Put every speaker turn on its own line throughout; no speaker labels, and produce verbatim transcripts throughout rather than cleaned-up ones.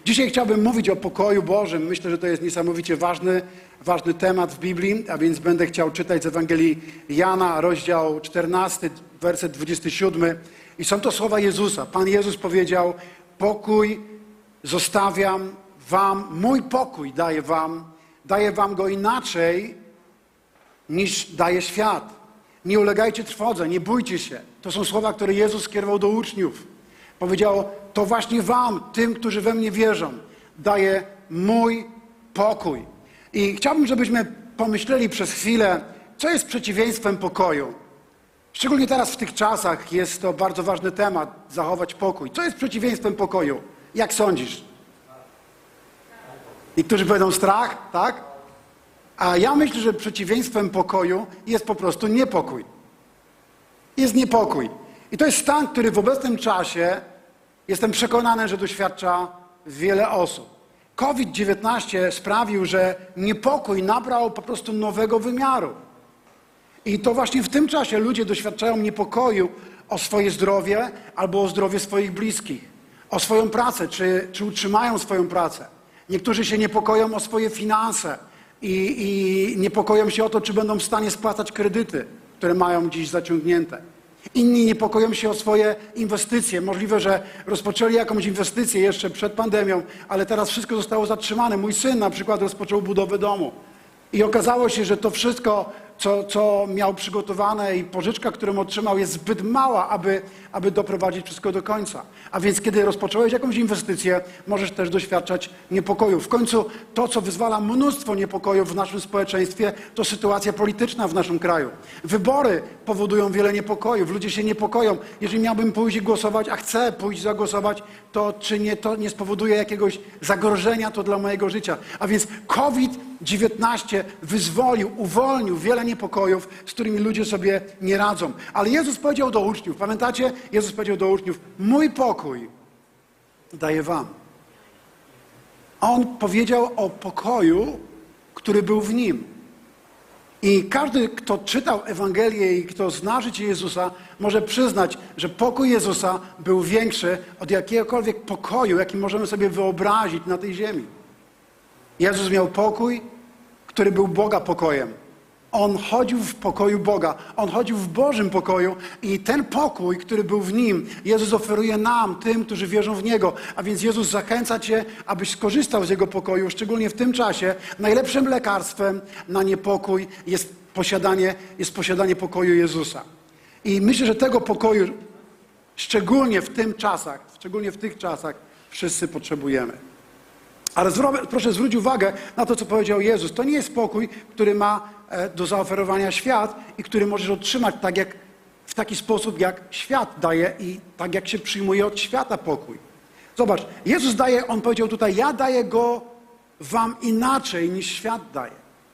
Dzisiaj chciałbym mówić o pokoju Bożym. Myślę, że to jest niesamowicie ważny, ważny temat w Biblii, a więc będę chciał czytać z Ewangelii Jana, rozdział czternasty, werset dwudziesty siódmy. I są to słowa Jezusa. Pan Jezus powiedział: pokój zostawiam wam, mój pokój daję wam, daję wam go inaczej niż daje świat. Nie ulegajcie trwodze, nie bójcie się. To są słowa, które Jezus skierował do uczniów. Powiedział: to właśnie wam, tym, którzy we mnie wierzą, daję mój pokój. I chciałbym, żebyśmy pomyśleli przez chwilę, co jest przeciwieństwem pokoju. Szczególnie teraz w tych czasach jest to bardzo ważny temat, zachować pokój. Co jest przeciwieństwem pokoju? Jak sądzisz? Niektórzy powiedzą strach, tak? A ja myślę, że przeciwieństwem pokoju jest po prostu niepokój. Jest niepokój. I to jest stan, który w obecnym czasie, jestem przekonany, że doświadcza wiele osób. COVID dziewiętnaście sprawił, że niepokój nabrał po prostu nowego wymiaru. I to właśnie w tym czasie ludzie doświadczają niepokoju o swoje zdrowie albo o zdrowie swoich bliskich, o swoją pracę, czy, czy utrzymają swoją pracę. Niektórzy się niepokoją o swoje finanse i, i niepokoją się o to, czy będą w stanie spłacać kredyty, które mają dziś zaciągnięte. Inni niepokoją się o swoje inwestycje. Możliwe, że rozpoczęli jakąś inwestycję jeszcze przed pandemią, ale teraz wszystko zostało zatrzymane. Mój syn na przykład rozpoczął budowę domu. I okazało się, że to wszystko, co, co miał przygotowane i pożyczka, którą otrzymał, jest zbyt mała, aby, aby doprowadzić wszystko do końca. A więc kiedy rozpocząłeś jakąś inwestycję, możesz też doświadczać niepokoju. W końcu to, co wyzwala mnóstwo niepokojów w naszym społeczeństwie, to sytuacja polityczna w naszym kraju. Wybory powodują wiele niepokojów. Ludzie się niepokoją. Jeżeli miałbym pójść i głosować, a chcę pójść zagłosować, to czy nie, to nie spowoduje jakiegoś zagrożenia to dla mojego życia. A więc COVID dziewiętnaście wyzwolił, uwolnił wiele niepokojów, z którymi ludzie sobie nie radzą. Ale Jezus powiedział do uczniów, pamiętacie? Jezus powiedział do uczniów: mój pokój daję wam. On powiedział o pokoju, który był w Nim. I każdy, kto czytał Ewangelię i kto zna życie Jezusa, może przyznać, że pokój Jezusa był większy od jakiegokolwiek pokoju, jaki możemy sobie wyobrazić na tej ziemi. Jezus miał pokój, który był Boga pokojem. On chodził w pokoju Boga. On chodził w Bożym pokoju i ten pokój, który był w Nim, Jezus oferuje nam, tym, którzy wierzą w Niego. A więc Jezus zachęca Cię, abyś skorzystał z Jego pokoju, szczególnie w tym czasie. Najlepszym lekarstwem na niepokój jest posiadanie, jest posiadanie pokoju Jezusa. I myślę, że tego pokoju, szczególnie w tym czasach, szczególnie w tych czasach, wszyscy potrzebujemy. Ale zwro- proszę zwrócić uwagę na to, co powiedział Jezus. To nie jest pokój, który ma e, do zaoferowania świat i który możesz otrzymać tak jak, w taki sposób, jak świat daje i tak jak się przyjmuje od świata pokój. Zobacz, Jezus daje, On powiedział tutaj: ja daję go wam inaczej niż świat daje.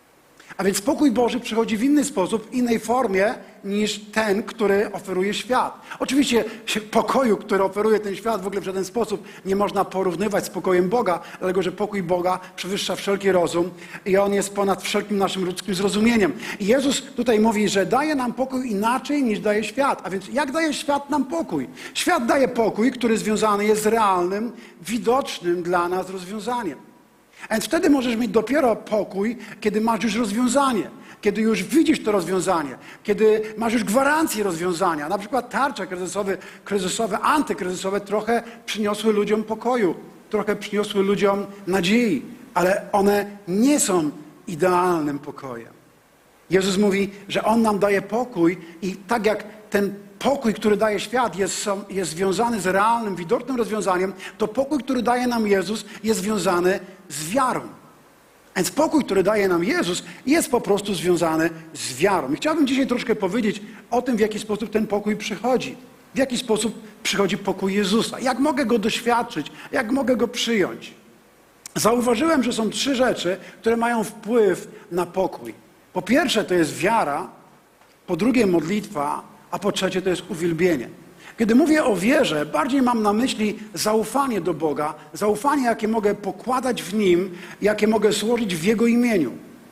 A więc pokój Boży przychodzi w inny sposób, w innej formie niż ten, który oferuje świat. Oczywiście pokoju, który oferuje ten świat, w ogóle w żaden sposób nie można porównywać z pokojem Boga, dlatego że pokój Boga przewyższa wszelki rozum i On jest ponad wszelkim naszym ludzkim zrozumieniem. I Jezus tutaj mówi, że daje nam pokój inaczej niż daje świat. A więc jak daje świat nam pokój? Świat daje pokój, który związany jest z realnym, widocznym dla nas rozwiązaniem. A więc wtedy możesz mieć dopiero pokój, kiedy masz już rozwiązanie, kiedy już widzisz to rozwiązanie, kiedy masz już gwarancję rozwiązania. Na przykład tarcze kryzysowe, kryzysowe, antykryzysowe trochę przyniosły ludziom pokoju, trochę przyniosły ludziom nadziei, ale one nie są idealnym pokojem. Jezus mówi, że On nam daje pokój i tak jak ten pokój, który daje świat, jest, jest związany z realnym, widocznym rozwiązaniem, to pokój, który daje nam Jezus, jest związany z wiarą. Więc pokój, który daje nam Jezus, jest po prostu związany z wiarą. I chciałbym dzisiaj troszkę powiedzieć o tym, w jaki sposób ten pokój przychodzi. W jaki sposób przychodzi pokój Jezusa. Jak mogę go doświadczyć, jak mogę go przyjąć. Zauważyłem, że są trzy rzeczy, które mają wpływ na pokój. Po pierwsze to jest wiara, po drugie modlitwa, a po trzecie to jest uwielbienie. Kiedy mówię o wierze, bardziej mam na myśli zaufanie do Boga, zaufanie, jakie mogę pokładać w Nim, jakie mogę złożyć w Jego imieniu.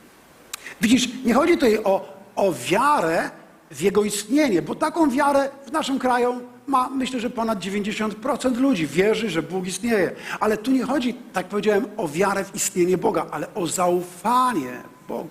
Widzisz, nie chodzi tutaj o, o wiarę w Jego istnienie, bo taką wiarę w naszym kraju ma, myślę, że ponad dziewięćdziesiąt procent ludzi wierzy, że Bóg istnieje. Ale tu nie chodzi, tak powiedziałem, o wiarę w istnienie Boga, ale o zaufanie Bogu.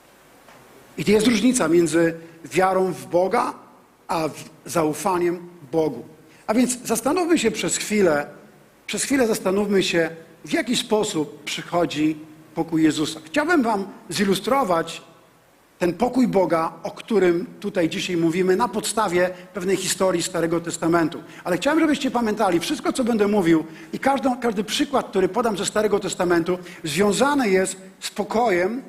I to jest różnica między wiarą w Boga, a zaufaniem Bogu. A więc zastanówmy się przez chwilę, przez chwilę zastanówmy się, w jaki sposób przychodzi pokój Jezusa. Chciałbym wam zilustrować ten pokój Boga, o którym tutaj dzisiaj mówimy, na podstawie pewnej historii Starego Testamentu. Ale chciałem, żebyście pamiętali, wszystko, co będę mówił i każdy, każdy przykład, który podam ze Starego Testamentu, związany jest z pokojem,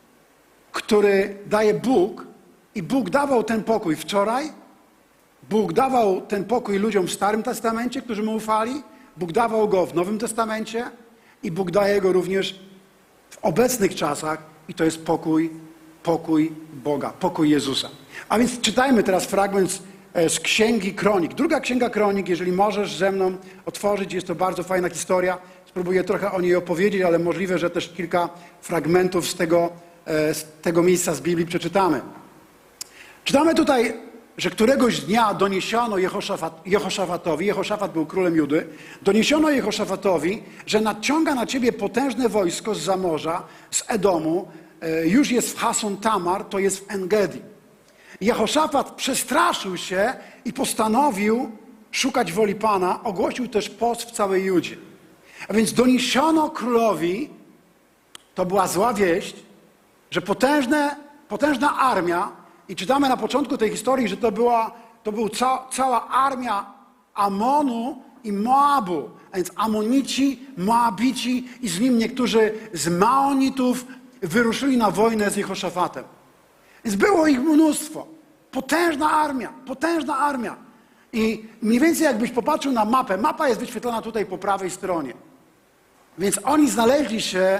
który daje Bóg. I Bóg dawał ten pokój wczoraj, Bóg dawał ten pokój ludziom w Starym Testamencie, którzy mu ufali, Bóg dawał go w Nowym Testamencie i Bóg daje go również w obecnych czasach i to jest pokój, pokój Boga, pokój Jezusa. A więc czytajmy teraz fragment z, z Księgi Kronik. Druga Księga Kronik, jeżeli możesz ze mną otworzyć, jest to bardzo fajna historia. Spróbuję trochę o niej opowiedzieć, ale możliwe, że też kilka fragmentów z tego, z tego miejsca z Biblii przeczytamy. Czytamy tutaj, że któregoś dnia doniesiono Jehoszafat, Jehoszafatowi, Jehoszafat był królem Judy, doniesiono Jehoszafatowi, że nadciąga na ciebie potężne wojsko z morza, z Edomu, już jest w Hason Tamar, to jest w Engedi. Jehoszafat przestraszył się i postanowił szukać woli Pana, ogłosił też post w całej Judzie. A więc doniesiono królowi, to była zła wieść, że potężne, potężna armia, i czytamy na początku tej historii, że to była to był ca, cała armia Amonu i Moabu, a więc Amonici, Moabici i z nim niektórzy z Maonitów wyruszyli na wojnę z Jehoszafatem. Więc było ich mnóstwo. Potężna armia, potężna armia. I mniej więcej jakbyś popatrzył na mapę, mapa jest wyświetlona tutaj po prawej stronie. Więc oni znaleźli się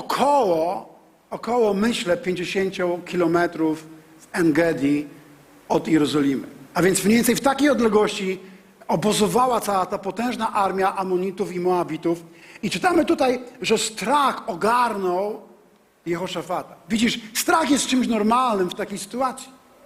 około, około myślę, pięćdziesiąt kilometrów w Engedi od Jerozolimy. A więc mniej więcej w takiej odległości obozowała cała ta potężna armia Amonitów i Moabitów. I czytamy tutaj, że strach ogarnął Jehoszafata. Widzisz, strach jest czymś normalnym w takiej sytuacji.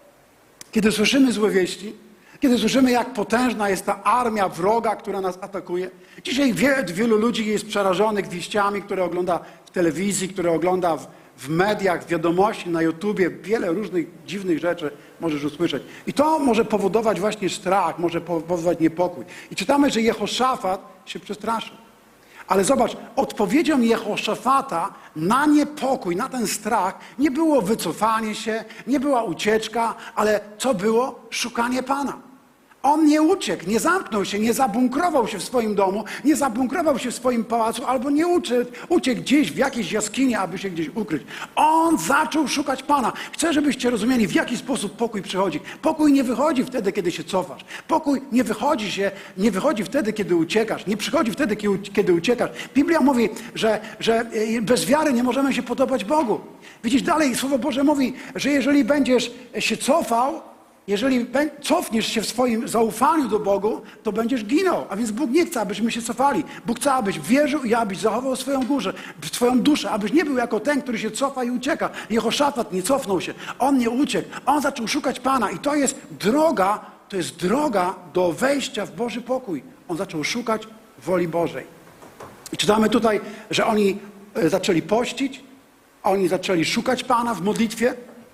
Kiedy słyszymy złe wieści, kiedy słyszymy, jak potężna jest ta armia wroga, która nas atakuje. Dzisiaj wie, wielu ludzi jest przerażonych wieściami, które ogląda w telewizji, które ogląda w, w mediach, w wiadomości, na YouTubie. Wiele różnych dziwnych rzeczy możesz usłyszeć. I to może powodować właśnie strach, może powodować niepokój. I czytamy, że Jehoszafat się przestraszył. Ale zobacz, odpowiedzią Jehoszafata na niepokój, na ten strach nie było wycofanie się, nie była ucieczka, ale co było? Szukanie Pana. On nie uciekł, nie zamknął się, nie zabunkrował się w swoim domu, nie zabunkrował się w swoim pałacu, albo nie uciekł, uciekł gdzieś w jakiejś jaskini, aby się gdzieś ukryć. On zaczął szukać Pana. Chcę, żebyście rozumieli, w jaki sposób pokój przychodzi. Pokój nie wychodzi wtedy, kiedy się cofasz. Pokój nie wychodzi się, nie wychodzi wtedy, kiedy uciekasz. Nie przychodzi wtedy, kiedy uciekasz. Biblia mówi, że, że bez wiary nie możemy się podobać Bogu. Widzisz, dalej Słowo Boże mówi, że jeżeli będziesz się cofał, jeżeli cofniesz się w swoim zaufaniu do Bogu, to będziesz ginął. A więc Bóg nie chce, abyśmy się cofali. Bóg chce, abyś wierzył i abyś zachował swoją górę, swoją duszę, abyś nie był jako ten, który się cofa i ucieka. Jehoszafat nie cofnął się. On nie uciekł. On zaczął szukać Pana. I to jest droga, to jest droga do wejścia w Boży pokój. On zaczął szukać woli Bożej. I czytamy tutaj, że oni zaczęli pościć, oni zaczęli szukać Pana w modlitwie.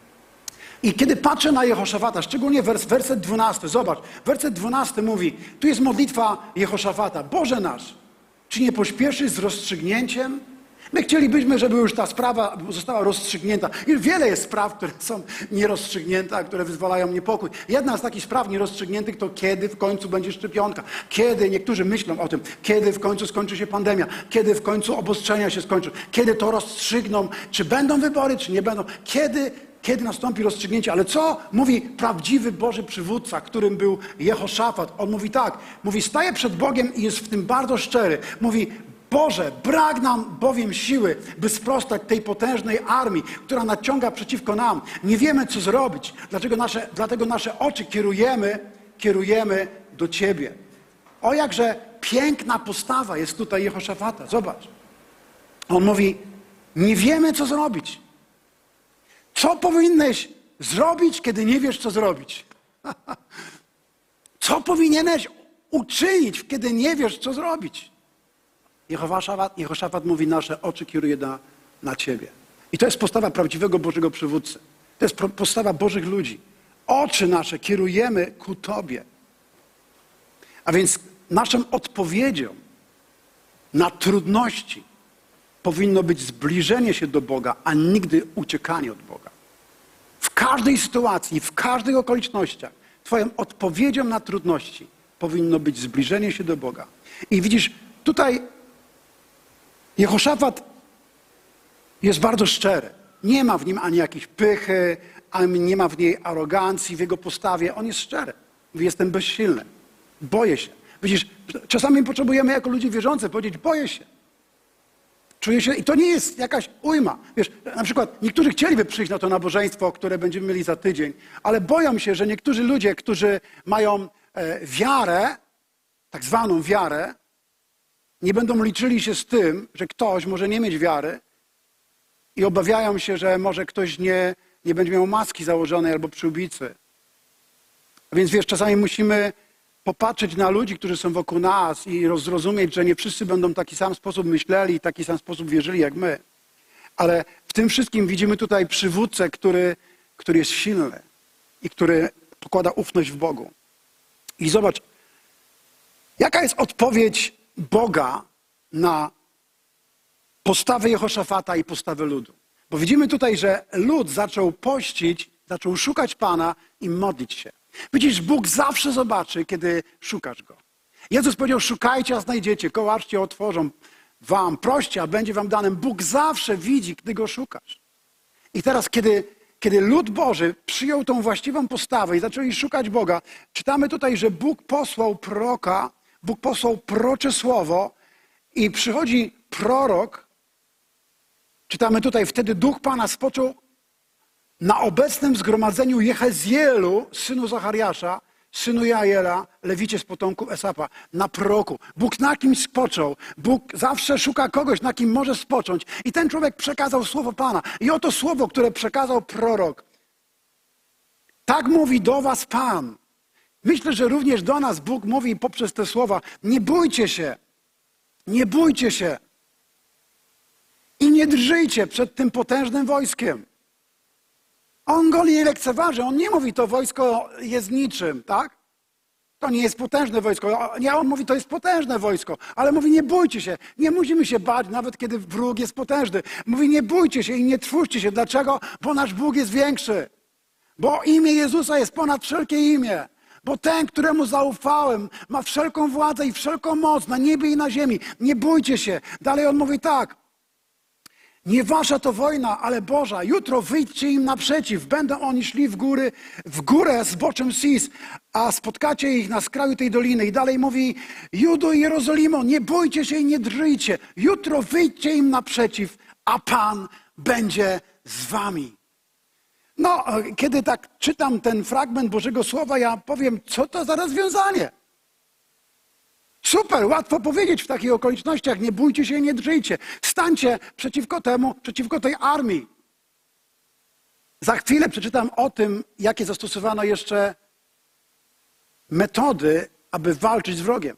I kiedy patrzę na Jehoszafata, szczególnie wers, werset dwunasty, zobacz, werset dwunasty mówi, tu jest modlitwa Jehoszafata. Boże nasz, czy nie pośpieszysz z rozstrzygnięciem? My chcielibyśmy, żeby już ta sprawa została rozstrzygnięta. I wiele jest spraw, które są nierozstrzygnięte, a które wyzwalają niepokój. Jedna z takich spraw nierozstrzygniętych to kiedy w końcu będzie szczepionka. Kiedy, niektórzy myślą o tym, kiedy w końcu skończy się pandemia, kiedy w końcu obostrzenia się skończą, kiedy to rozstrzygną, czy będą wybory, czy nie będą, kiedy Kiedy nastąpi rozstrzygnięcie? Ale co mówi prawdziwy Boży przywódca, którym był Jehoszafat? On mówi tak, mówi, staje przed Bogiem i jest w tym bardzo szczery. Mówi, Boże, brak nam bowiem siły, by sprostać tej potężnej armii, która nadciąga przeciwko nam. Nie wiemy, co zrobić. Dlaczego nasze, dlatego nasze oczy kierujemy, kierujemy do Ciebie. O, jakże piękna postawa jest tutaj Jehoszafata. Zobacz. On mówi, nie wiemy, co zrobić. Co powinieneś zrobić, kiedy nie wiesz, co zrobić? Co powinieneś uczynić, kiedy nie wiesz, co zrobić? Jehoszafat, Jehoszafat mówi, nasze oczy kieruje na, na Ciebie. I to jest postawa prawdziwego Bożego przywódcy. To jest postawa Bożych ludzi. Oczy nasze kierujemy ku Tobie. A więc naszą odpowiedzią na trudności powinno być zbliżenie się do Boga, a nigdy uciekanie od Boga. W każdej sytuacji, w każdych okolicznościach Twoją odpowiedzią na trudności powinno być zbliżenie się do Boga. I widzisz, tutaj Jehoszafat jest bardzo szczery. Nie ma w nim ani jakiejś pychy, ani nie ma w niej arogancji w jego postawie. On jest szczery. Mówi, jestem bezsilny. Boję się. Widzisz, czasami potrzebujemy jako ludzie wierzący powiedzieć, boję się. Czuję się, i to nie jest jakaś ujma. Wiesz, na przykład niektórzy chcieliby przyjść na to nabożeństwo, które będziemy mieli za tydzień, ale boją się, że niektórzy ludzie, którzy mają e, wiarę, tak zwaną wiarę, nie będą liczyli się z tym, że ktoś może nie mieć wiary i obawiają się, że może ktoś nie, nie będzie miał maski założonej albo przyłbicy. A więc wiesz, czasami musimy popatrzeć na ludzi, którzy są wokół nas i zrozumieć, że nie wszyscy będą w taki sam sposób myśleli i w taki sam sposób wierzyli jak my. Ale w tym wszystkim widzimy tutaj przywódcę, który, który jest silny i który pokłada ufność w Bogu. I zobacz, jaka jest odpowiedź Boga na postawę Jehoszafata i postawę ludu. Bo widzimy tutaj, że lud zaczął pościć, zaczął szukać Pana i modlić się. Widzisz, Bóg zawsze zobaczy, kiedy szukasz Go. Jezus powiedział, szukajcie, a znajdziecie, kołaczcie, otworzą wam, proście, a będzie wam dane. Bóg zawsze widzi, gdy Go szukasz. I teraz, kiedy, kiedy lud Boży przyjął tą właściwą postawę i zaczęli szukać Boga, czytamy tutaj, że Bóg posłał proroka, Bóg posłał prorocze słowo i przychodzi prorok, czytamy tutaj, wtedy Duch Pana spoczął na obecnym zgromadzeniu Jehezjelu, synu Zachariasza, synu Jaela, lewicie z potomków Esapa, na proroku. Bóg na kimś spoczął. Bóg zawsze szuka kogoś, na kim może spocząć. I ten człowiek przekazał słowo Pana. I oto słowo, które przekazał prorok. Tak mówi do was Pan. Myślę, że również do nas Bóg mówi poprzez te słowa. Nie bójcie się. Nie bójcie się. I nie drżyjcie przed tym potężnym wojskiem. On go nie lekceważy. On nie mówi, to wojsko jest niczym, tak? To nie jest potężne wojsko. Nie, on mówi, to jest potężne wojsko. Ale mówi, nie bójcie się. Nie musimy się bać, nawet kiedy wróg jest potężny. Mówi, nie bójcie się i nie trwóżcie się. Dlaczego? Bo nasz Bóg jest większy. Bo imię Jezusa jest ponad wszelkie imię. Bo ten, któremu zaufałem, ma wszelką władzę i wszelką moc na niebie i na ziemi. Nie bójcie się. Dalej on mówi tak. Nie wasza to wojna, ale Boża. Jutro wyjdźcie im naprzeciw. Będą oni szli w góry, w górę z boczem Sis, a spotkacie ich na skraju tej doliny. I dalej mówi, Judo i Jerozolimo, nie bójcie się i nie drżyjcie. Jutro wyjdźcie im naprzeciw, a Pan będzie z wami. No, kiedy tak czytam ten fragment Bożego Słowa, ja powiem, co to za rozwiązanie? Super, łatwo powiedzieć w takich okolicznościach, nie bójcie się i nie drżyjcie. Stańcie przeciwko temu, przeciwko tej armii. Za chwilę przeczytam o tym, jakie zastosowano jeszcze metody, aby walczyć z wrogiem.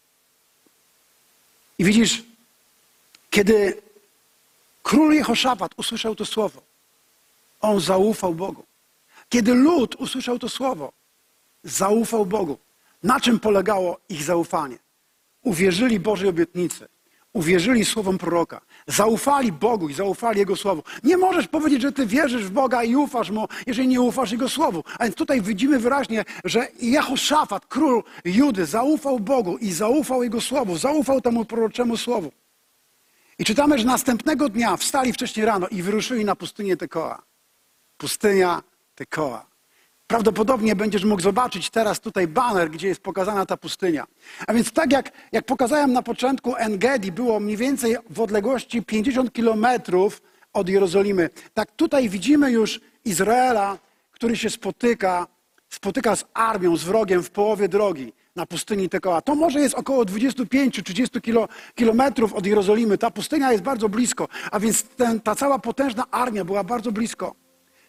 I widzisz, kiedy król Jehoszafat usłyszał to słowo, on zaufał Bogu. Kiedy lud usłyszał to słowo, zaufał Bogu. Na czym polegało ich zaufanie? Uwierzyli Bożej obietnicy. Uwierzyli słowom proroka. Zaufali Bogu i zaufali Jego słowu. Nie możesz powiedzieć, że ty wierzysz w Boga i ufasz Mu, jeżeli nie ufasz Jego słowu. A więc tutaj widzimy wyraźnie, że Jehoszafat, król Judy, zaufał Bogu i zaufał Jego słowu. Zaufał temu proroczemu słowu. I czytamy, że następnego dnia wstali wcześniej rano i wyruszyli na pustynię Tekoa. Pustynia Tekoa. Prawdopodobnie będziesz mógł zobaczyć teraz tutaj baner, gdzie jest pokazana ta pustynia. A więc tak jak, jak pokazałem na początku, En-Gedi było mniej więcej w odległości pięćdziesiąt kilometrów od Jerozolimy. Tak tutaj widzimy już Izraela, który się spotyka, spotyka z armią, z wrogiem w połowie drogi na pustyni Tekoa. To może jest około dwadzieścia pięć do trzydziestu kilometrów od Jerozolimy. Ta pustynia jest bardzo blisko, a więc ten, ta cała potężna armia była bardzo blisko.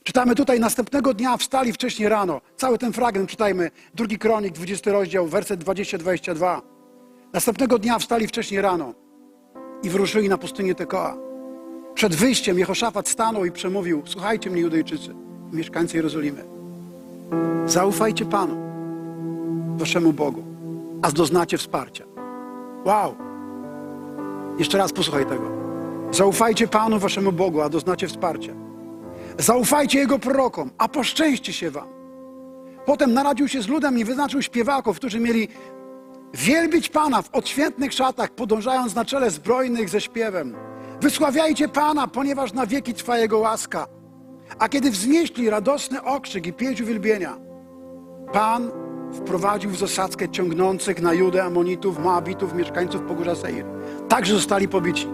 Czytamy tutaj, następnego dnia wstali wcześnie rano. Cały ten fragment czytajmy. Drugi Kronik, dwudziesty rozdział, werset dwadzieścia dwadzieścia dwa. Następnego dnia wstali wcześnie rano i wyruszyli na pustynię Tekoa. Przed wyjściem Jehoszafat stanął i przemówił: słuchajcie mnie, Judejczycy, mieszkańcy Jerozolimy. Zaufajcie Panu, waszemu Bogu, a doznacie wsparcia. Wow! Jeszcze raz posłuchaj tego. Zaufajcie Panu, waszemu Bogu, a doznacie wsparcia. Zaufajcie Jego prorokom, a poszczęści się wam. Potem naradził się z ludem i wyznaczył śpiewaków, którzy mieli wielbić Pana w odświętnych szatach, podążając na czele zbrojnych ze śpiewem. Wysławiajcie Pana, ponieważ na wieki trwa Jego łaska. A kiedy wznieśli radosny okrzyk i pięć uwielbienia, Pan wprowadził w zasadzkę ciągnących na Judę Amonitów, Moabitów, mieszkańców Pogórza Seir. Także zostali pobici.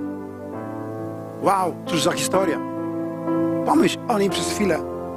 Wow, cóż za historia. Pomyśl o niej przez chwilę.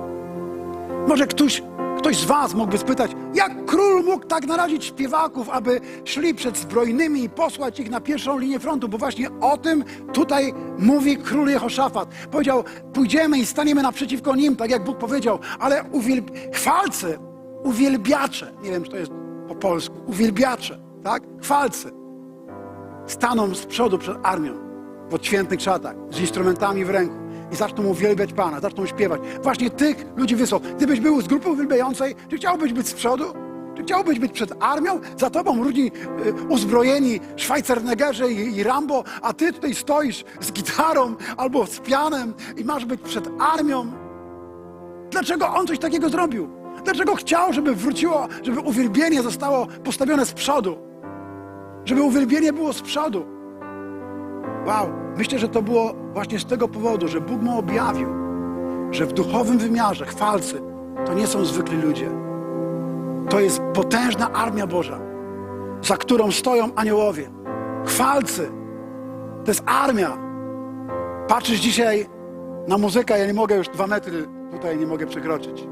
Może ktoś, ktoś z was mógłby spytać, jak król mógł tak narazić śpiewaków, aby szli przed zbrojnymi i posłać ich na pierwszą linię frontu, bo właśnie o tym tutaj mówi król Jehoszafat. Powiedział, pójdziemy i staniemy naprzeciwko nim, tak jak Bóg powiedział, ale uwielb... chwalcy, uwielbiacze, nie wiem, czy to jest po polsku, uwielbiacze, tak? Chwalcy staną z przodu przed armią w odświętnych szatach, z instrumentami w ręku. I zaczną uwielbiać Pana, zaczną śpiewać. Właśnie tych ludzi wysłał. Gdybyś był z grupy uwielbiającej, czy chciałbyś być z przodu? Czy chciałbyś być przed armią? Za tobą ludzi y, uzbrojeni, Schweizernegerze i, i Rambo, a ty tutaj stoisz z gitarą albo z pianem i masz być przed armią. Dlaczego on coś takiego zrobił? Dlaczego chciał, żeby wróciło, żeby uwielbienie zostało postawione z przodu? Żeby uwielbienie było z przodu. Wow, myślę, że to było właśnie z tego powodu, że Bóg mu objawił, że w duchowym wymiarze chwalcy to nie są zwykli ludzie. To jest potężna armia Boża, za którą stoją aniołowie. Chwalcy to jest armia. Patrzysz dzisiaj na muzykę, ja nie mogę już dwa metry tutaj nie mogę przekroczyć.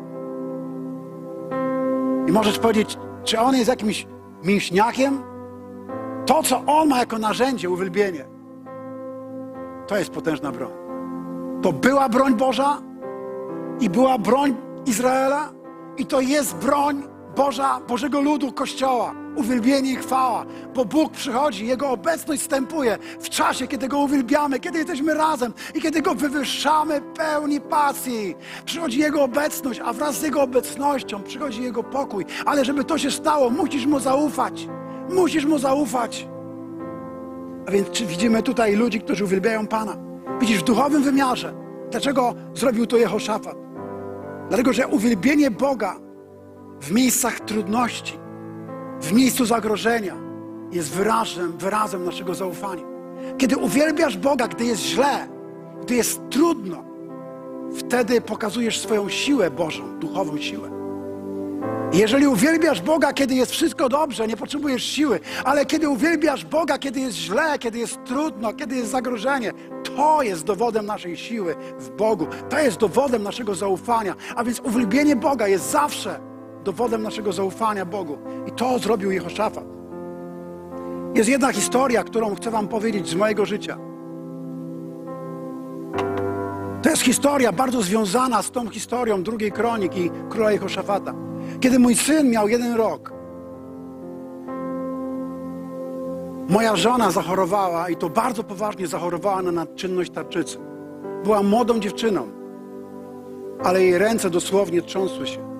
I możesz powiedzieć, czy on jest jakimś mięśniakiem? To, co on ma jako narzędzie, uwielbienie, to jest potężna broń. To była broń Boża i była broń Izraela i to jest broń Boża, Bożego ludu, Kościoła. Uwielbienie i chwała, bo Bóg przychodzi, Jego obecność wstępuje w czasie, kiedy Go uwielbiamy, kiedy jesteśmy razem i kiedy Go wywyższamy pełni pasji. Przychodzi Jego obecność, a wraz z Jego obecnością przychodzi Jego pokój. Ale żeby to się stało, musisz Mu zaufać. Musisz Mu zaufać. A więc czy widzimy tutaj ludzi, którzy uwielbiają Pana? Widzisz, w duchowym wymiarze. Dlaczego zrobił to Jehoszafat? Dlatego, że uwielbienie Boga w miejscach trudności, w miejscu zagrożenia jest wyrazem, wyrazem naszego zaufania. Kiedy uwielbiasz Boga, gdy jest źle, gdy jest trudno, wtedy pokazujesz swoją siłę Bożą, duchową siłę. Jeżeli uwielbiasz Boga, kiedy jest wszystko dobrze, nie potrzebujesz siły, ale kiedy uwielbiasz Boga, kiedy jest źle, kiedy jest trudno, kiedy jest zagrożenie, to jest dowodem naszej siły w Bogu. To jest dowodem naszego zaufania. A więc uwielbienie Boga jest zawsze dowodem naszego zaufania Bogu. I to zrobił Jehoszafat. Jest jedna historia, którą chcę wam powiedzieć z mojego życia. To jest historia bardzo związana z tą historią drugiej Kronik i króla Jehoszafata. Kiedy mój syn miał jeden rok, moja żona zachorowała i to bardzo poważnie zachorowała na nadczynność tarczycy. Była młodą dziewczyną, ale jej ręce dosłownie trząsły się.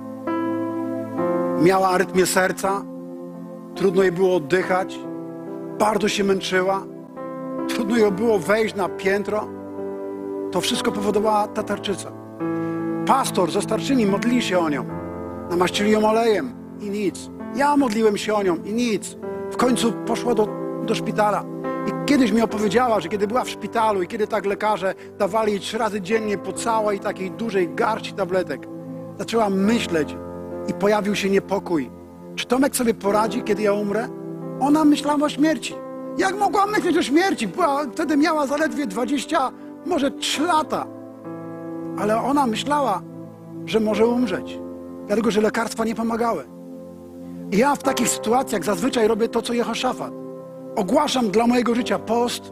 Miała arytmię serca, trudno jej było oddychać, bardzo się męczyła, trudno jej było wejść na piętro. To wszystko powodowała ta tarczyca. Pastor ze starszymi modlili się o nią, namaścili ją olejem i nic. Ja modliłem się o nią i nic. W końcu poszła do, do szpitala. I kiedyś mi opowiedziała, że kiedy była w szpitalu i kiedy tak lekarze dawali jej trzy razy dziennie po całej takiej dużej garści tabletek, zaczęła myśleć i pojawił się niepokój. Czy Tomek sobie poradzi, kiedy ja umrę? Ona myślała o śmierci. Jak mogła myśleć o śmierci? Była, wtedy miała zaledwie dwadzieścia, może trzy lata. Ale ona myślała, że może umrzeć. Dlatego, że lekarstwa nie pomagały. I ja w takich sytuacjach zazwyczaj robię to, co Jehoszafat. Ogłaszam dla mojego życia post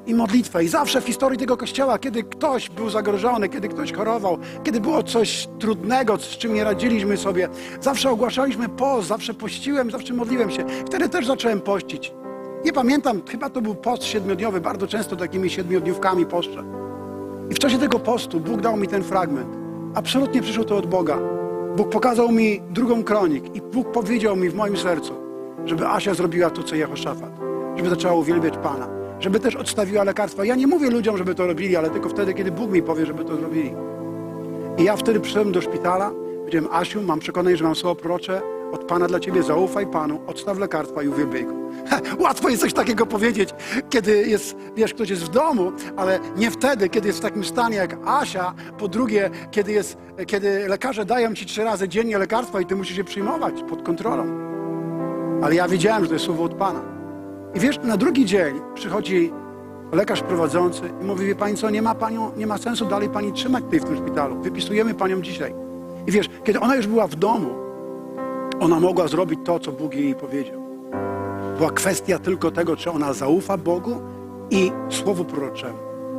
i modlitwę. I zawsze w historii tego Kościoła, kiedy ktoś był zagrożony, kiedy ktoś chorował, kiedy było coś trudnego, z czym nie radziliśmy sobie, zawsze ogłaszaliśmy post, zawsze pościłem, zawsze modliłem się. Wtedy też zacząłem pościć. Nie pamiętam, chyba to był post siedmiodniowy, bardzo często takimi siedmiodniówkami poszczę. I w czasie tego postu Bóg dał mi ten fragment. Absolutnie przyszło to od Boga. Bóg pokazał mi drugą kronik i Bóg powiedział mi w moim sercu, żeby Asia zrobiła to, co Jehoszafat. Żeby zaczęła uwielbiać Pana. Żeby też odstawiła lekarstwa. Ja nie mówię ludziom, żeby to robili, ale tylko wtedy, kiedy Bóg mi powie, żeby to zrobili. I ja wtedy przyszedłem do szpitala, powiedziałem: Asiu, mam przekonanie, że mam słowo prorocze od Pana dla Ciebie, zaufaj Panu, odstaw lekarstwa i uwielbiaj Go. Ha, łatwo jest coś takiego powiedzieć, kiedy jest, wiesz, ktoś jest w domu, ale nie wtedy, kiedy jest w takim stanie jak Asia. Po drugie, kiedy, jest, kiedy lekarze dają Ci trzy razy dziennie lekarstwa i Ty musisz je przyjmować pod kontrolą. Ale ja wiedziałem, że to jest słowo od Pana. I wiesz, na drugi dzień przychodzi lekarz prowadzący i mówi: wie Pani co, nie ma, panią, nie ma sensu dalej Pani trzymać tutaj w tym szpitalu. Wypisujemy Panią dzisiaj. I wiesz, kiedy ona już była w domu, ona mogła zrobić to, co Bóg jej powiedział. Była kwestia tylko tego, czy ona zaufa Bogu i słowu proroczemu.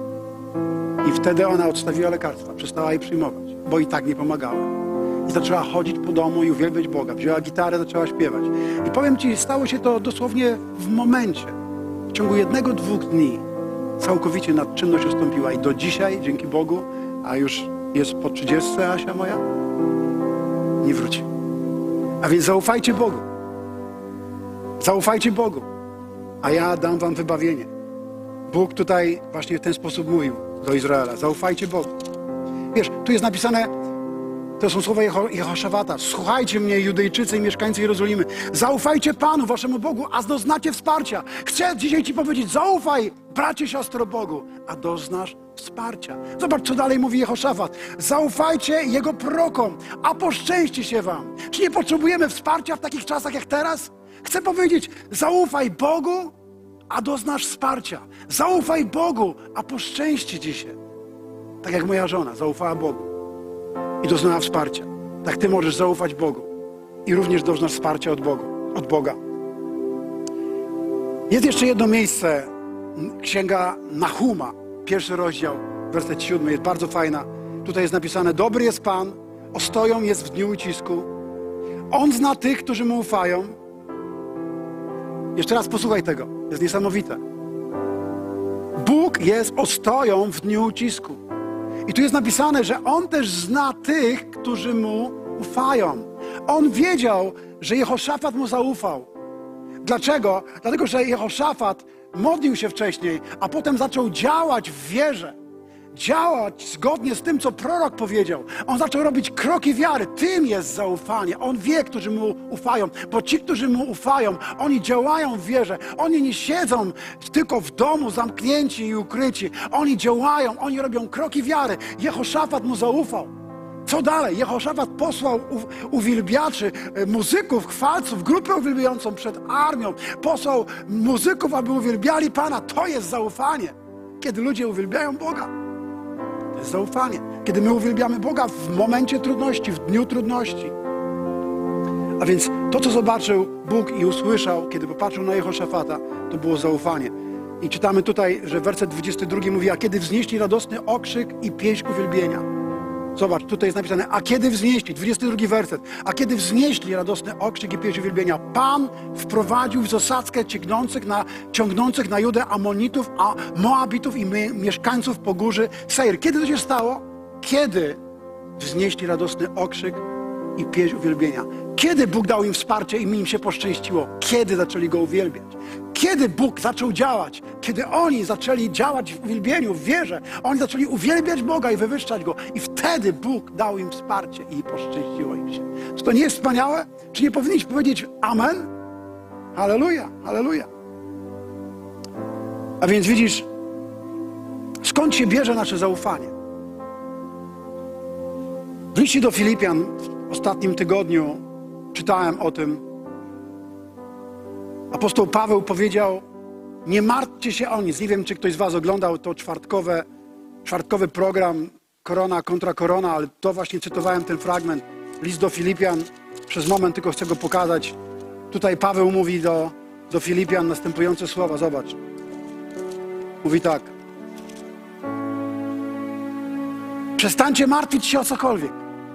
I wtedy ona odstawiła lekarstwa, przestała je przyjmować, bo i tak nie pomagały. I zaczęła chodzić po domu i uwielbiać Boga. Wzięła gitarę, zaczęła śpiewać. I powiem Ci, stało się to dosłownie w momencie. W ciągu jednego, dwóch dni całkowicie nadczynność ustąpiła. I do dzisiaj, dzięki Bogu, a już jest po trzydziestce Asia moja, nie wróci. A więc zaufajcie Bogu. Zaufajcie Bogu. A ja dam wam wybawienie. Bóg tutaj właśnie w ten sposób mówił do Izraela: zaufajcie Bogu. Wiesz, tu jest napisane, to są słowa Jeho, Jehoszafata: słuchajcie mnie, Judejczycy i mieszkańcy Jerozolimy. Zaufajcie Panu, waszemu Bogu, a doznacie wsparcia. Chcę dzisiaj ci powiedzieć: zaufaj, bracie, siostro, Bogu, a doznasz wsparcia. Zobacz, co dalej mówi Jehoszafat. Zaufajcie Jego prorokom, a poszczęści się wam. Czy nie potrzebujemy wsparcia w takich czasach jak teraz? Chcę powiedzieć: zaufaj Bogu, a doznasz wsparcia. Zaufaj Bogu, a poszczęści ci się. Tak jak moja żona zaufała Bogu i doznała wsparcia. Tak ty możesz zaufać Bogu i również doznasz wsparcia od Bogu, od Boga. Jest jeszcze jedno miejsce, Księga Nahuma, pierwszy rozdział, werset siódmy, jest bardzo fajna. Tutaj jest napisane: dobry jest Pan, ostoją jest w dniu ucisku. On zna tych, którzy Mu ufają. Jeszcze raz posłuchaj tego, jest niesamowite. Bóg jest ostoją w dniu ucisku. I tu jest napisane, że On też zna tych, którzy Mu ufają. On wiedział, że Jehoszafat Mu zaufał. Dlaczego? Dlatego, że Jehoszafat modlił się wcześniej, a potem zaczął działać w wierze. Działać zgodnie z tym, co prorok powiedział. On zaczął robić kroki wiary. Tym jest zaufanie. On wie, którzy Mu ufają. Bo ci, którzy Mu ufają, oni działają w wierze. Oni nie siedzą tylko w domu zamknięci i ukryci. Oni działają, oni robią kroki wiary. Jehoszafat Mu zaufał. Co dalej? Jehoszafat posłał uwielbiaczy, muzyków, chwalców, grupę uwielbiającą przed armią. Posłał muzyków, aby uwielbiali Pana. To jest zaufanie. Kiedy ludzie uwielbiają Boga. To jest zaufanie. Kiedy my uwielbiamy Boga w momencie trudności, w dniu trudności. A więc to, co zobaczył Bóg i usłyszał, kiedy popatrzył na Jehoszafata, to było zaufanie. I czytamy tutaj, że werset dwudziesty drugi mówi: a kiedy wznieśli radosny okrzyk i pieśń uwielbienia. Zobacz, tutaj jest napisane: a kiedy wznieśli, dwudziesty drugi werset, a kiedy wznieśli radosny okrzyk i pieśń uwielbienia, Pan wprowadził w zasadzkę ciągnących na, ciągnących na Judę Amonitów, a Moabitów i my, mieszkańców pogórzy Seir. Kiedy to się stało? Kiedy wznieśli radosny okrzyk i pieśń uwielbienia. Kiedy Bóg dał im wsparcie i im się poszczęściło? Kiedy zaczęli Go uwielbiać? Kiedy Bóg zaczął działać? Kiedy oni zaczęli działać w uwielbieniu, w wierze. Oni zaczęli uwielbiać Boga i wywyższać Go. I wtedy Bóg dał im wsparcie i poszczęściło im się. Czy to nie jest wspaniałe? Czy nie powinniśmy powiedzieć amen? Halleluja, halleluja. A więc widzisz, skąd się bierze nasze zaufanie? W liście do Filipian w ostatnim tygodniu czytałem o tym. Apostoł Paweł powiedział: nie martwcie się o nic. Nie wiem, czy ktoś z was oglądał to czwartkowe, czwartkowy program Korona kontra Korona, ale to właśnie cytowałem ten fragment. List do Filipian. Przez moment tylko chcę go pokazać. Tutaj Paweł mówi do, do Filipian następujące słowa. Zobacz. Mówi tak. Przestańcie martwić się o cokolwiek.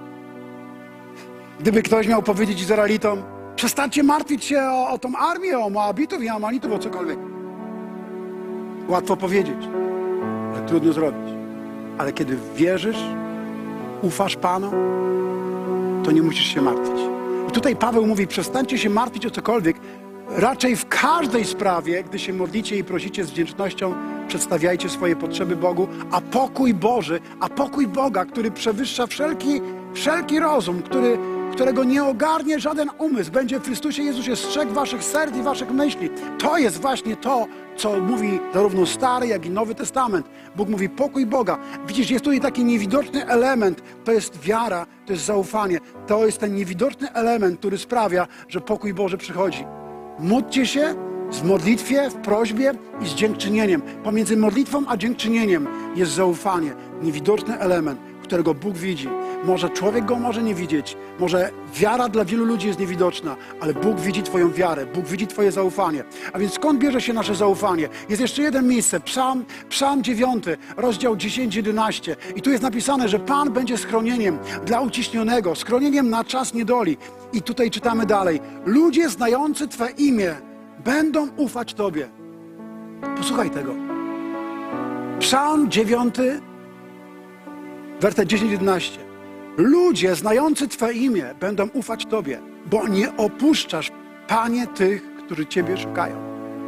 Gdyby ktoś miał powiedzieć Izraelitom, przestańcie martwić się o, o tą armię, o Moabitów i Amalitów, o cokolwiek. Łatwo powiedzieć, ale trudno zrobić. Ale kiedy wierzysz, ufasz Panu, to nie musisz się martwić. I tutaj Paweł mówi, przestańcie się martwić o cokolwiek, raczej w każdej sprawie, gdy się modlicie i prosicie z wdzięcznością, przedstawiajcie swoje potrzeby Bogu, a pokój Boży, a pokój Boga, który przewyższa wszelki, wszelki rozum, który, którego nie ogarnie żaden umysł, będzie w Chrystusie Jezusie strzegł waszych serc i waszych myśli. To jest właśnie to, co mówi zarówno Stary, jak i Nowy Testament. Bóg mówi pokój Boga. Widzisz, jest tutaj taki niewidoczny element, to jest wiara, to jest zaufanie. To jest ten niewidoczny element, który sprawia, że pokój Boży przychodzi. Módlcie się w modlitwie, w prośbie i z dziękczynieniem. Pomiędzy modlitwą a dziękczynieniem jest zaufanie. Niewidoczny element, którego Bóg widzi. Może człowiek go może nie widzieć. Może wiara dla wielu ludzi jest niewidoczna, ale Bóg widzi twoją wiarę. Bóg widzi twoje zaufanie. A więc skąd bierze się nasze zaufanie? Jest jeszcze jeden miejsce. Psalm, Psalm dziewiąty, rozdział dziesięć jedenaście. I tu jest napisane, że Pan będzie schronieniem dla uciśnionego, schronieniem na czas niedoli. I tutaj czytamy dalej. Ludzie znający Twe imię będą ufać Tobie. Posłuchaj tego. Psalm dziewiąty, werset dziesięć jedenaście. Ludzie znający Twe imię będą ufać Tobie, bo nie opuszczasz, Panie, tych, którzy Ciebie szukają.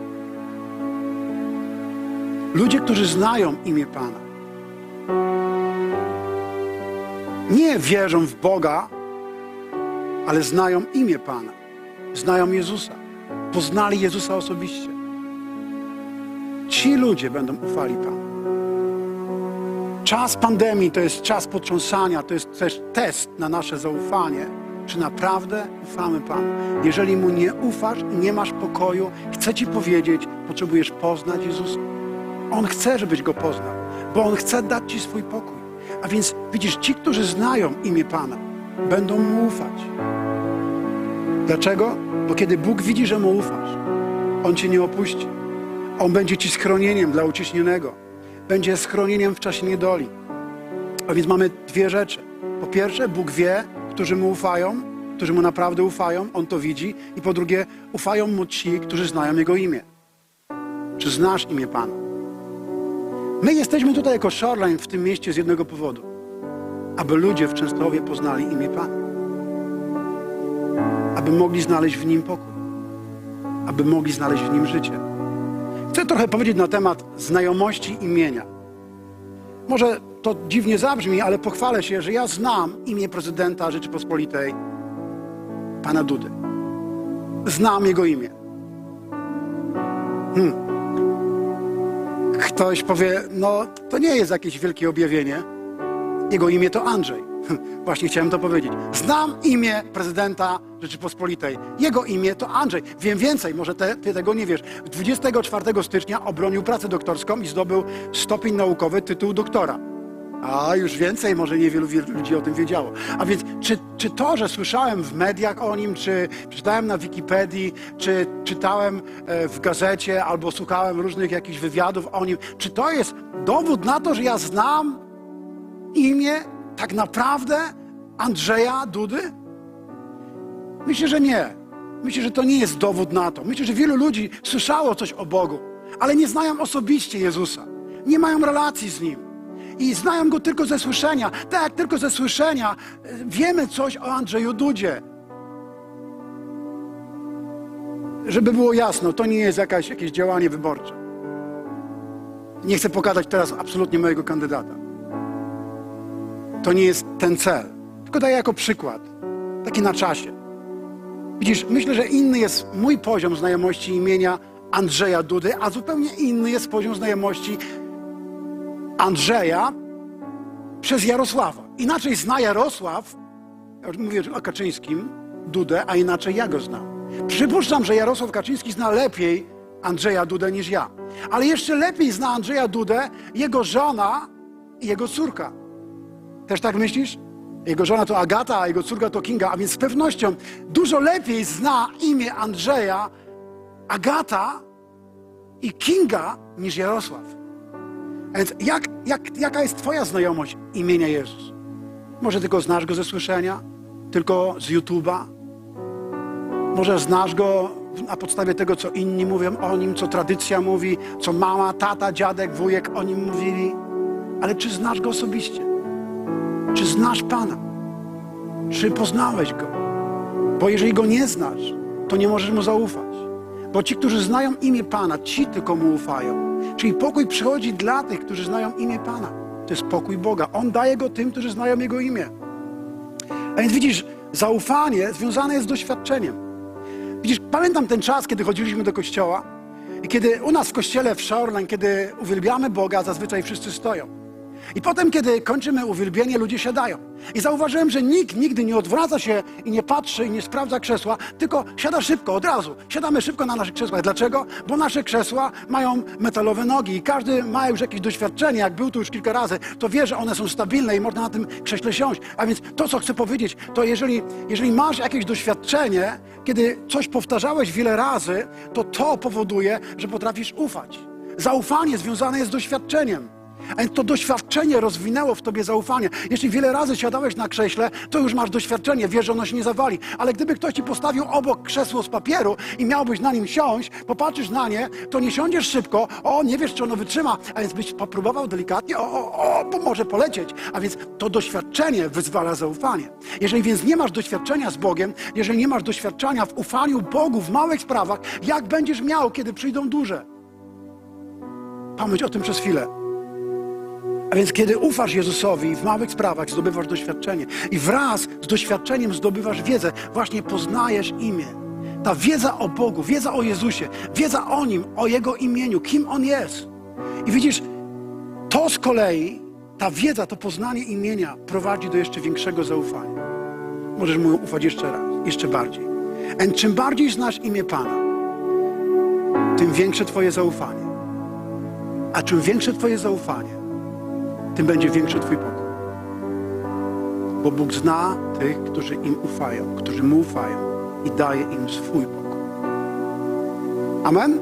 Ludzie, którzy znają imię Pana, nie wierzą w Boga, ale znają imię Pana. Znają Jezusa. Poznali Jezusa osobiście. Ci ludzie będą ufali Panu. Czas pandemii to jest czas potrząsania, to jest też test na nasze zaufanie, czy naprawdę ufamy Panu. Jeżeli Mu nie ufasz i nie masz pokoju, chcę Ci powiedzieć, potrzebujesz poznać Jezusa. On chce, żebyś Go poznał, bo On chce dać Ci swój pokój. A więc widzisz, ci, którzy znają imię Pana, będą Mu ufać. Dlaczego? Bo kiedy Bóg widzi, że Mu ufasz, On Cię nie opuści. On będzie Ci schronieniem dla uciśnionego. Będzie schronieniem w czasie niedoli. A więc mamy dwie rzeczy. Po pierwsze, Bóg wie, którzy Mu ufają, którzy Mu naprawdę ufają, On to widzi. I po drugie, ufają Mu ci, którzy znają Jego imię. Czy znasz imię Pana? My jesteśmy tutaj jako Shoreline w tym mieście z jednego powodu. Aby ludzie w Częstochowie poznali imię Pana. Aby mogli znaleźć w Nim pokój. Aby mogli znaleźć w Nim życie. Chcę trochę powiedzieć na temat znajomości imienia. Może to dziwnie zabrzmi, ale pochwalę się, że ja znam imię prezydenta Rzeczypospolitej, pana Dudy. Znam jego imię. Hmm. Ktoś powie, no to nie jest jakieś wielkie objawienie. Jego imię to Andrzej. Właśnie chciałem to powiedzieć. Znam imię prezydenta Rzeczypospolitej. Jego imię to Andrzej. Wiem więcej, może te, ty tego nie wiesz. dwudziestego czwartego stycznia obronił pracę doktorską i zdobył stopień naukowy, tytuł doktora. A już więcej, może niewielu ludzi o tym wiedziało. A więc czy, czy to, że słyszałem w mediach o nim, czy czytałem na Wikipedii, czy czytałem w gazecie, albo słuchałem różnych jakichś wywiadów o nim, czy to jest dowód na to, że ja znam imię tak naprawdę Andrzeja Dudy? Myślę, że nie. Myślę, że to nie jest dowód na to. Myślę, że wielu ludzi słyszało coś o Bogu, ale nie znają osobiście Jezusa. Nie mają relacji z Nim. I znają Go tylko ze słyszenia. Tak jak tylko ze słyszenia wiemy coś o Andrzeju Dudzie. Żeby było jasno, to nie jest jakaś, jakieś działanie wyborcze. Nie chcę pokazać teraz absolutnie mojego kandydata. To nie jest ten cel. Tylko daję jako przykład. Taki na czasie. Widzisz, myślę, że inny jest mój poziom znajomości imienia Andrzeja Dudy, a zupełnie inny jest poziom znajomości Andrzeja przez Jarosława. Inaczej zna Jarosław, ja już mówię o Kaczyńskim, Dudę, a inaczej ja go znam. Przypuszczam, że Jarosław Kaczyński zna lepiej Andrzeja Dudę niż ja. Ale jeszcze lepiej zna Andrzeja Dudę jego żona i jego córka. Też tak myślisz? Jego żona to Agata, a jego córka to Kinga, a więc z pewnością dużo lepiej zna imię Andrzeja Agata i Kinga niż Jarosław. A więc jak, jak, jaka jest twoja znajomość imienia Jezus? Może tylko znasz Go ze słyszenia? Tylko z YouTube'a? Może znasz Go na podstawie tego, co inni mówią o Nim, co tradycja mówi, co mama, tata, dziadek, wujek o Nim mówili? Ale czy znasz Go osobiście? Czy znasz Pana? Czy poznałeś Go? Bo jeżeli Go nie znasz, to nie możesz Mu zaufać. Bo ci, którzy znają imię Pana, ci tylko Mu ufają. Czyli pokój przychodzi dla tych, którzy znają imię Pana. To jest pokój Boga. On daje go tym, którzy znają Jego imię. A więc widzisz, zaufanie związane jest z doświadczeniem. Widzisz, pamiętam ten czas, kiedy chodziliśmy do kościoła i kiedy u nas w kościele w Shoreline, kiedy uwielbiamy Boga, zazwyczaj wszyscy stoją. I potem, kiedy kończymy uwielbienie, ludzie siadają. I zauważyłem, że nikt nigdy nie odwraca się i nie patrzy i nie sprawdza krzesła, tylko siada szybko, od razu. Siadamy szybko na naszych krzesłach. Dlaczego? Bo nasze krzesła mają metalowe nogi i każdy ma już jakieś doświadczenie, jak był tu już kilka razy, to wie, że one są stabilne i można na tym krześle siąść. A więc to, co chcę powiedzieć, to jeżeli, jeżeli masz jakieś doświadczenie, kiedy coś powtarzałeś wiele razy, to to powoduje, że potrafisz ufać. Zaufanie związane jest z doświadczeniem. A to doświadczenie rozwinęło w tobie zaufanie. Jeśli wiele razy siadałeś na krześle, to już masz doświadczenie, wiesz, że ono się nie zawali. Ale gdyby ktoś ci postawił obok krzesło z papieru i miałbyś na nim siąść, popatrzysz na nie, to nie siądziesz szybko, o, nie wiesz, czy ono wytrzyma, a więc byś popróbował delikatnie, o, o, o, bo może polecieć. A więc to doświadczenie wyzwala zaufanie. Jeżeli więc nie masz doświadczenia z Bogiem, jeżeli nie masz doświadczenia w ufaniu Bogu w małych sprawach, jak będziesz miał, kiedy przyjdą duże? Pomyśl o tym przez chwilę. A więc kiedy ufasz Jezusowi w małych sprawach, zdobywasz doświadczenie. I wraz z doświadczeniem zdobywasz wiedzę. Właśnie poznajesz imię. Ta wiedza o Bogu, wiedza o Jezusie, wiedza o Nim, o Jego imieniu, kim On jest. I widzisz, to z kolei, ta wiedza, to poznanie imienia prowadzi do jeszcze większego zaufania. Możesz Mu ufać jeszcze raz, jeszcze bardziej. A czym bardziej znasz imię Pana, tym większe Twoje zaufanie. A czym większe Twoje zaufanie, tym będzie większy Twój pokój. Bo Bóg zna tych, którzy im ufają, którzy Mu ufają i daje im swój pokój. Amen?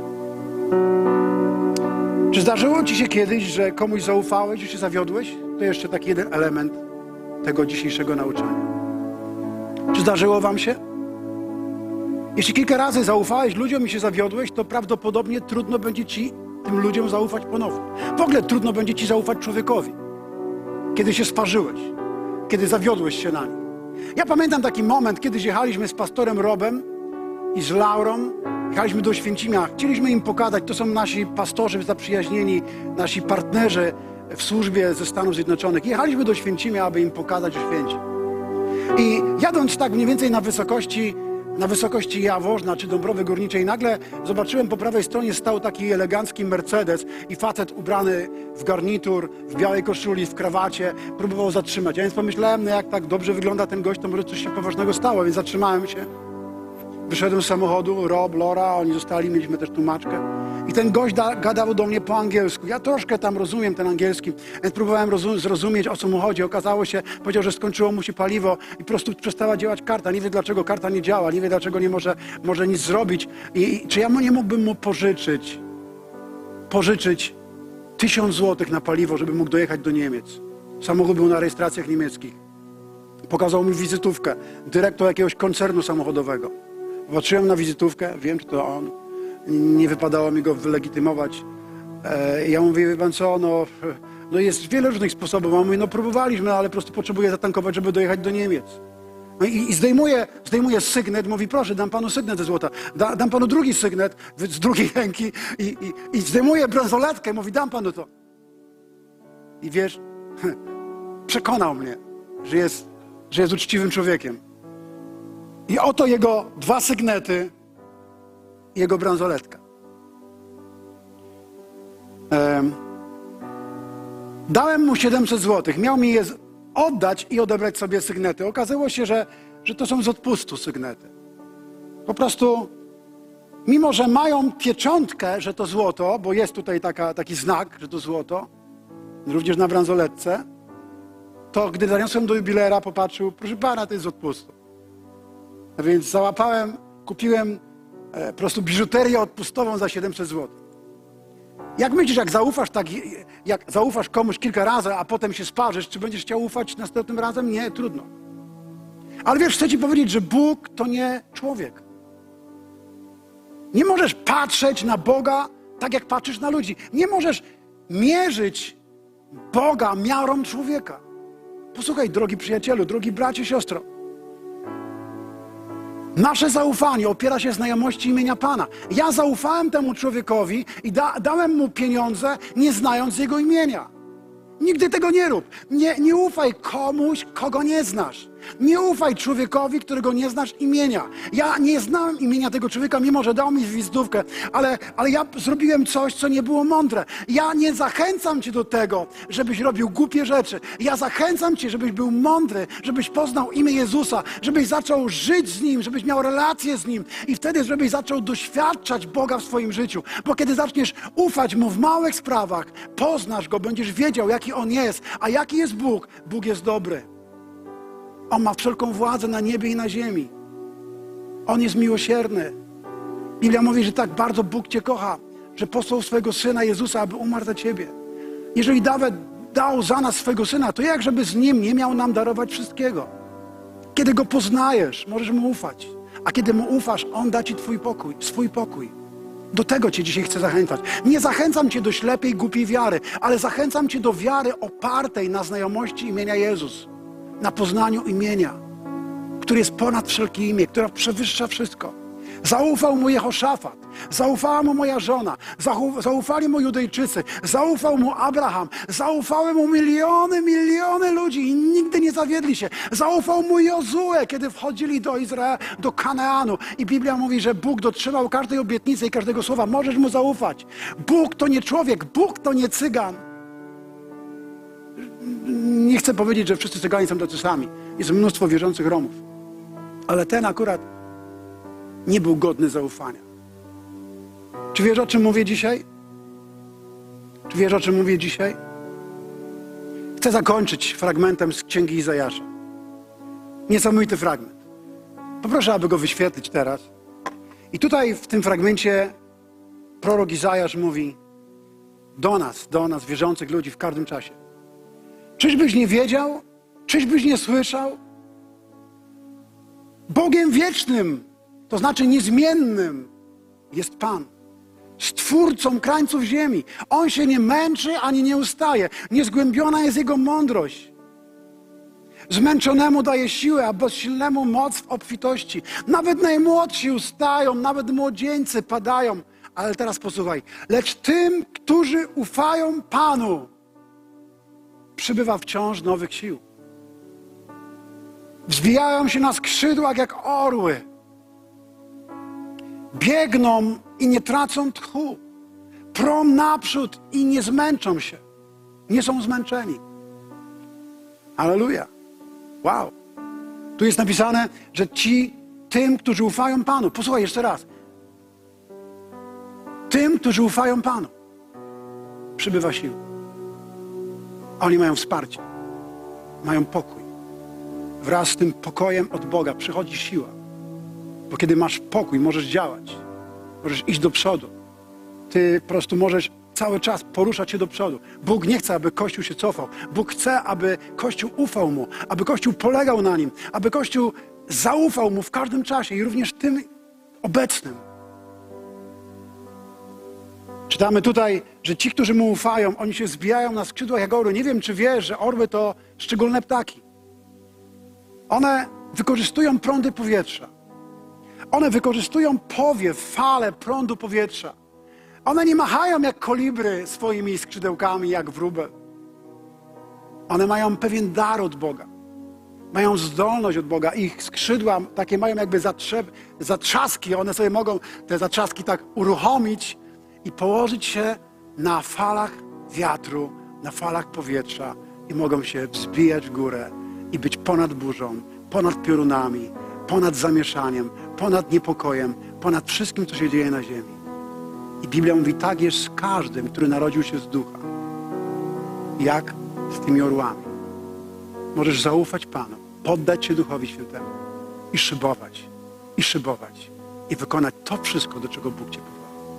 Czy zdarzyło Ci się kiedyś, że komuś zaufałeś i się zawiodłeś? To jeszcze taki jeden element tego dzisiejszego nauczania. Czy zdarzyło Wam się? Jeśli kilka razy zaufałeś ludziom i się zawiodłeś, to prawdopodobnie trudno będzie Ci tym ludziom zaufać ponownie. W ogóle trudno będzie Ci zaufać człowiekowi, kiedy się sparzyłeś, kiedy zawiodłeś się na nim. Ja pamiętam taki moment, kiedy jechaliśmy z pastorem Robem i z Laurą, jechaliśmy do Oświęcimia. Chcieliśmy im pokazać, to są nasi pastorzy zaprzyjaźnieni, nasi partnerzy w służbie ze Stanów Zjednoczonych. Jechaliśmy do Oświęcimia, aby im pokazać Oświęcim. I jadąc tak mniej więcej na wysokości na wysokości Jaworzna czy Dąbrowy Górniczej, nagle zobaczyłem po prawej stronie stał taki elegancki Mercedes i facet ubrany w garnitur, w białej koszuli, w krawacie, próbował zatrzymać. Ja więc pomyślałem, no jak tak dobrze wygląda ten gość, to może coś się poważnego stało, więc zatrzymałem się. Wyszedłem z samochodu, Rob, Laura, oni zostali, mieliśmy też tłumaczkę. I ten gość da, gadał do mnie po angielsku. Ja troszkę tam rozumiem ten angielski, więc próbowałem rozum, zrozumieć, o co mu chodzi. Okazało się, powiedział, że skończyło mu się paliwo i po prostu przestała działać karta. Nie wie, dlaczego karta nie działa, nie wie, dlaczego nie może, może nic zrobić. I, i czy ja mu nie mógłbym mu pożyczyć, pożyczyć tysiąc złotych na paliwo, żeby mógł dojechać do Niemiec. Samochód był na rejestracjach niemieckich. Pokazał mi wizytówkę, dyrektor jakiegoś koncernu samochodowego. Patrzyłem na wizytówkę, wiem, czy to on. Nie wypadało mi go wylegitymować. E, ja mówię, wie pan co, no, no jest wiele różnych sposobów. A on mówi, no próbowaliśmy, ale po prostu potrzebuję zatankować, żeby dojechać do Niemiec. No i, i zdejmuję, zdejmuję sygnet, mówi, proszę, dam panu sygnet ze złota. Da, dam panu drugi sygnet z drugiej ręki i, i, i zdejmuję bransoletkę, mówi, dam panu to. I wiesz, przekonał mnie, że jest, że jest uczciwym człowiekiem. I oto jego dwa sygnety i jego bransoletka. Um, dałem mu siedemset złotych. Miał mi je oddać i odebrać sobie sygnety. Okazało się, że, że to są z odpustu sygnety. Po prostu, mimo że mają pieczątkę, że to złoto, bo jest tutaj taka, taki znak, że to złoto, również na bransoletce, to gdy zaniosłem do jubilera, popatrzył, proszę pana, to jest z odpustu. A więc załapałem, kupiłem e, po prostu biżuterię odpustową za siedemset złotych. Jak myślisz, jak zaufasz, tak, jak zaufasz komuś kilka razy, a potem się sparzysz, czy będziesz chciał ufać następnym razem? Nie, trudno. Ale wiesz, chcę ci powiedzieć, że Bóg to nie człowiek. Nie możesz patrzeć na Boga tak, jak patrzysz na ludzi. Nie możesz mierzyć Boga miarą człowieka. Posłuchaj, drogi przyjacielu, drogi bracie, siostro. Nasze zaufanie opiera się na znajomości imienia Pana. Ja zaufałem temu człowiekowi i da, dałem mu pieniądze, nie znając jego imienia. Nigdy tego nie rób. Nie, nie ufaj komuś, kogo nie znasz. Nie ufaj człowiekowi, którego nie znasz imienia. Ja nie znałem imienia tego człowieka, mimo że dał mi wizytówkę, ale, ale ja zrobiłem coś, co nie było mądre. Ja nie zachęcam cię do tego, żebyś robił głupie rzeczy. Ja zachęcam cię, żebyś był mądry, żebyś poznał imię Jezusa, żebyś zaczął żyć z Nim, żebyś miał relacje z Nim i wtedy, żebyś zaczął doświadczać Boga w swoim życiu. Bo kiedy zaczniesz ufać Mu w małych sprawach, poznasz Go, będziesz wiedział, jaki On jest. A jaki jest Bóg? Bóg jest dobry. On ma wszelką władzę na niebie i na ziemi. On jest miłosierny. Biblia mówi, że tak bardzo Bóg cię kocha, że posłał swojego Syna Jezusa, aby umarł za ciebie. Jeżeli Dawid dał za nas swojego Syna, to jak żeby z Nim nie miał nam darować wszystkiego? Kiedy Go poznajesz, możesz Mu ufać. A kiedy Mu ufasz, On da ci twój pokój, swój pokój. Do tego cię dzisiaj chcę zachęcać. Nie zachęcam cię do ślepej, głupiej wiary, ale zachęcam cię do wiary opartej na znajomości imienia Jezus. Na poznaniu imienia, który jest ponad wszelkie imię, która przewyższa wszystko. Zaufał mu Jehoszafat, zaufała mu moja żona, zaufali mu Judejczycy, zaufał mu Abraham, zaufały mu miliony, miliony ludzi i nigdy nie zawiedli się. Zaufał mu Jozue, kiedy wchodzili do Izraela, do Kanaanu. I Biblia mówi, że Bóg dotrzymał każdej obietnicy i każdego słowa. Możesz mu zaufać. Bóg to nie człowiek, Bóg to nie cygan. Nie chcę powiedzieć, że wszyscy cyganie są tacy sami. Jest mnóstwo wierzących Romów. Ale ten akurat nie był godny zaufania. Czy wiesz, o czym mówię dzisiaj? Czy wiesz, o czym mówię dzisiaj? Chcę zakończyć fragmentem z Księgi Izajasza. Niesamowity fragment. Poproszę, aby go wyświetlić teraz. I tutaj w tym fragmencie prorok Izajasz mówi do nas, do nas, wierzących ludzi w każdym czasie. Czyżbyś nie wiedział? Czyżbyś nie słyszał? Bogiem wiecznym, to znaczy niezmiennym, jest Pan. Stwórcą krańców ziemi. On się nie męczy, ani nie ustaje. Niezgłębiona jest Jego mądrość. Zmęczonemu daje siłę, a bezsilnemu moc w obfitości. Nawet najmłodsi ustają, nawet młodzieńcy padają. Ale teraz posłuchaj. Lecz tym, którzy ufają Panu, przybywa wciąż nowych sił. Wzbijają się na skrzydłach jak orły. Biegną i nie tracą tchu. Prą naprzód i nie zmęczą się. Nie są zmęczeni. Alleluja. Wow. Tu jest napisane, że ci, tym, którzy ufają Panu. Posłuchaj jeszcze raz. Tym, którzy ufają Panu, przybywa sił. Oni mają wsparcie. Mają pokój. Wraz z tym pokojem od Boga przychodzi siła. Bo kiedy masz pokój, możesz działać. Możesz iść do przodu. Ty po prostu możesz cały czas poruszać się do przodu. Bóg nie chce, aby Kościół się cofał. Bóg chce, aby Kościół ufał Mu, aby Kościół polegał na Nim, aby Kościół zaufał Mu w każdym czasie i również tym obecnym. Czytamy tutaj, że ci, którzy Mu ufają, oni się zbijają na skrzydłach jak orły. Nie wiem, czy wiesz, że orły to szczególne ptaki. One wykorzystują prądy powietrza. One wykorzystują powiew, falę prądu powietrza. One nie machają jak kolibry swoimi skrzydełkami, jak wróbel. One mają pewien dar od Boga. Mają zdolność od Boga. Ich skrzydła takie mają jakby zatrzep, zatrzaski. One sobie mogą te zatrzaski tak uruchomić i położyć się na falach wiatru, na falach powietrza i mogą się wzbijać w górę i być ponad burzą, ponad piorunami, ponad zamieszaniem, ponad niepokojem, ponad wszystkim, co się dzieje na ziemi. I Biblia mówi, tak jest z każdym, który narodził się z ducha. Jak z tymi orłami. Możesz zaufać Panu, poddać się Duchowi Świętemu i szybować, i szybować, i wykonać to wszystko, do czego Bóg Cię powołał.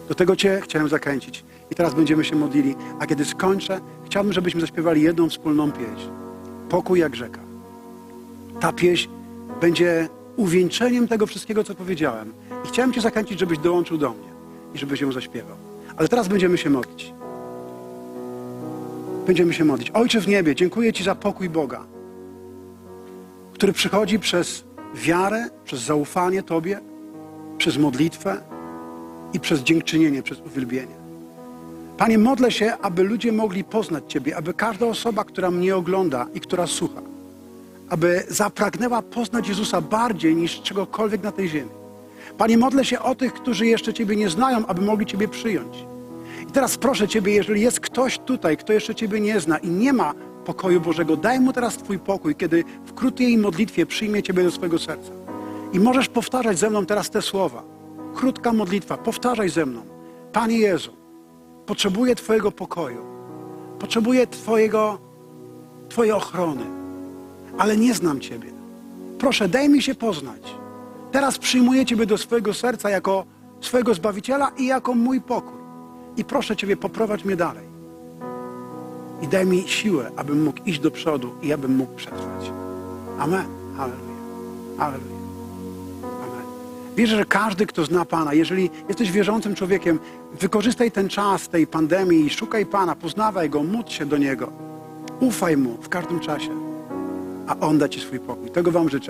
Do tego Cię chciałem zachęcić. I teraz będziemy się modlili. A kiedy skończę, chciałbym, żebyśmy zaśpiewali jedną wspólną pieśń. Pokój jak rzeka. Ta pieśń będzie uwieńczeniem tego wszystkiego, co powiedziałem. I chciałem Cię zachęcić, żebyś dołączył do mnie i żebyś ją zaśpiewał. Ale teraz będziemy się modlić. Będziemy się modlić. Ojcze w niebie, dziękuję Ci za pokój Boga, który przychodzi przez wiarę, przez zaufanie Tobie, przez modlitwę i przez dziękczynienie, przez uwielbienie. Panie, modlę się, aby ludzie mogli poznać Ciebie, aby każda osoba, która mnie ogląda i która słucha, aby zapragnęła poznać Jezusa bardziej niż czegokolwiek na tej ziemi. Panie, modlę się o tych, którzy jeszcze Ciebie nie znają, aby mogli Ciebie przyjąć. I teraz proszę Ciebie, jeżeli jest ktoś tutaj, kto jeszcze Ciebie nie zna i nie ma pokoju Bożego, daj mu teraz Twój pokój, kiedy w krótkiej modlitwie przyjmie Ciebie do swojego serca. I możesz powtarzać ze mną teraz te słowa. Krótka modlitwa, powtarzaj ze mną. Panie Jezu, potrzebuję Twojego pokoju. Potrzebuję Twojego, Twojej ochrony. Ale nie znam Ciebie. Proszę, daj mi się poznać. Teraz przyjmuję Ciebie do swojego serca jako swojego Zbawiciela i jako mój pokój. I proszę Ciebie, poprowadź mnie dalej. I daj mi siłę, abym mógł iść do przodu i abym mógł przetrwać. Amen. Halleluja. Halleluja. Amen. Wierzę, że każdy, kto zna Pana, jeżeli jesteś wierzącym człowiekiem, wykorzystaj ten czas tej pandemii i szukaj Pana, poznawaj Go, módl się do Niego. Ufaj Mu w każdym czasie, a On da Ci swój pokój. Tego Wam życzę.